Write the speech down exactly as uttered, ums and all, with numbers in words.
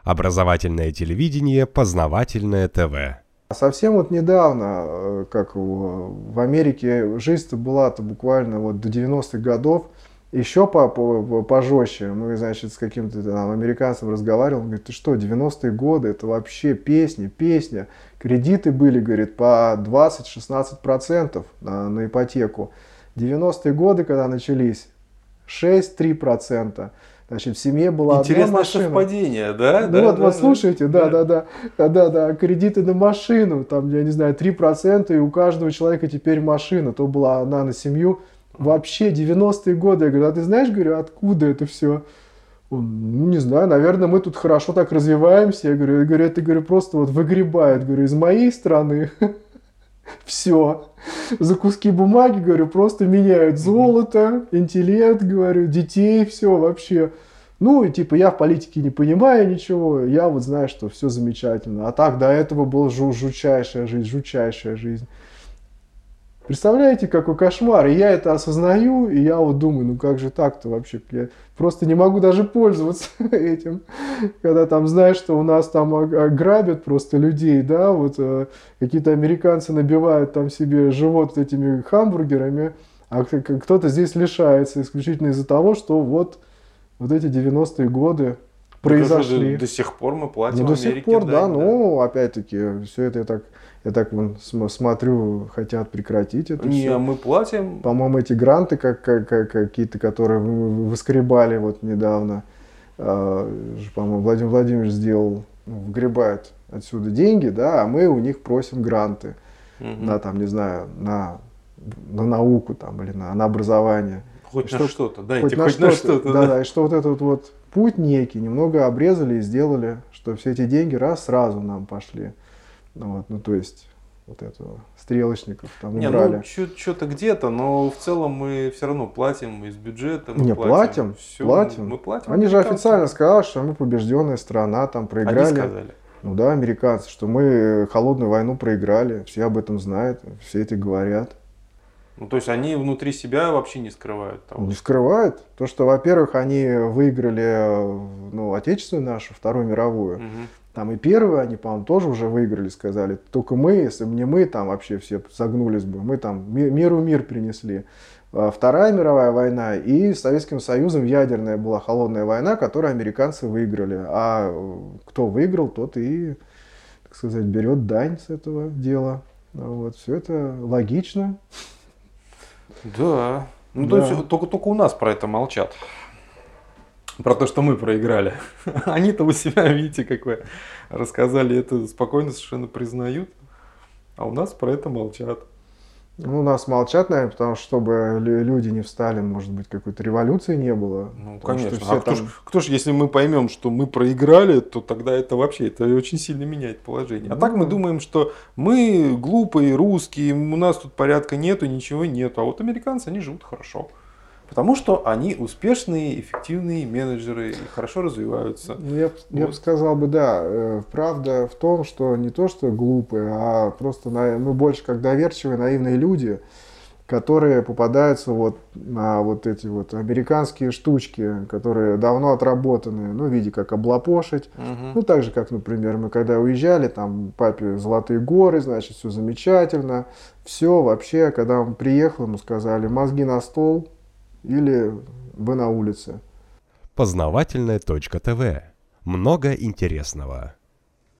Образовательное телевидение, познавательное ТВ. Совсем вот недавно, как в Америке, жизнь-то была-то буквально вот до девяностых годов, еще по, по, пожестче. Мы, значит, с каким-то там американцем разговаривали, он говорит, ты что, девяностые годы, это вообще песня, песня. Кредиты были, говорит, по двадцать-шестнадцать процентов на, на ипотеку. девяностые годы, когда начались, шесть-три процента. Значит, в семье была Интересное одна машина. совпадение, да? Ну да, вот, да, вот да, слушайте, да, да. да, да, да, да, кредиты на машину, там, я не знаю, три процента, и у каждого человека теперь машина, то была одна на семью. Вообще, девяностые годы, я говорю, а ты знаешь, говорю, откуда это все? Он, ну, не знаю, наверное, мы тут хорошо так развиваемся. Я говорю, я говорю, это, говорю, просто вот выгребает, говорю, из моей страны все. За куски бумаги, говорю, просто меняют золото, интеллект, говорю, детей, все вообще. Ну, и типа, я в политике не понимаю ничего, я вот знаю, что все замечательно. А так, до этого была жу- жутчайшая жизнь, жутчайшая жизнь. Представляете, какой кошмар? И я это осознаю, и я вот думаю, ну как же так-то вообще? Я просто не могу даже пользоваться этим. Когда там знаешь, что у нас там грабят просто людей, да, вот э, какие-то американцы набивают там себе живот этими хамбургерами, а кто-то здесь лишается исключительно из-за того, что вот, вот эти девяностые годы произошли. До, до сих пор мы платим ну, до Америке. сих пор, да, да, ну, опять-таки, все это я так... Я так вон, смотрю, хотят прекратить это Не, все. мы платим. По-моему, эти гранты как, как, как, какие-то, которые выскребали вот недавно, э, по-моему, Владимир Владимирович сделал, ну, вгребает отсюда деньги, да, а мы у них просим гранты Угу. на, там, не знаю, на, на науку там, или на, на образование. Хоть что, на что-то, дайте, хоть, хоть на на что-то. что-то. Да, Да, да, и что вот этот вот путь некий немного обрезали и сделали, что все эти деньги раз сразу нам пошли. Ну, вот, ну, то есть, вот этого, стрелочников там Не, убрали. ну, что-то где-то, но в целом мы все равно платим из бюджета. Мы Не, платим. платим, Всё, платим. Мы платим. Они же американцам. официально сказали, что мы побежденная страна, там проиграли. Они сказали. Ну да, американцы, что мы холодную войну проиграли. Все об этом знают, все это говорят. Ну, то есть они внутри себя вообще не скрывают того. Не скрывают. То, что, во-первых, они выиграли, ну, отечественную нашу, Вторую мировую. Угу. Там и первые они, по-моему, тоже уже выиграли, сказали. Только мы, если бы не мы, там вообще все согнулись бы. Мы там миру мир принесли. Вторая мировая война и с Советским Союзом ядерная была холодная война, которую американцы выиграли. А кто выиграл, тот и, так сказать, берет дань с этого дела. Вот. Все это логично. Да. Ну, Да. то есть только, только у нас про это молчат. Про то, что мы проиграли. Они-то у себя, видите, как вы рассказали, это спокойно совершенно признают. А у нас про это молчат. Ну, у нас молчат, наверное, потому что, чтобы люди не встали, может быть, какой-то революции не было. Ну, Потому что конечно. все А кто, там- ж, кто ж, если мы поймем, что мы проиграли, то тогда это вообще это очень сильно меняет положение. А Ну, так мы думаем, что мы глупые, русские, у нас тут порядка нету, ничего нету. А вот американцы, они живут хорошо. Потому что они успешные, эффективные менеджеры и хорошо развиваются. Ну, я, б- я бы Вот. сказал бы, да, э, правда в том, что не то, что глупые, а просто на- мы больше как доверчивые, наивные люди, которые попадаются вот на вот эти вот американские штучки, которые давно отработаны, ну, в виде как облапошить. Мгм. Ну, так же, как, например, мы когда уезжали, там, папе Золотые горы, значит, все замечательно. Все, вообще, когда он приехал, ему сказали, мозги на стол или вы на улице. Познавательное точка ТВ. Много интересного.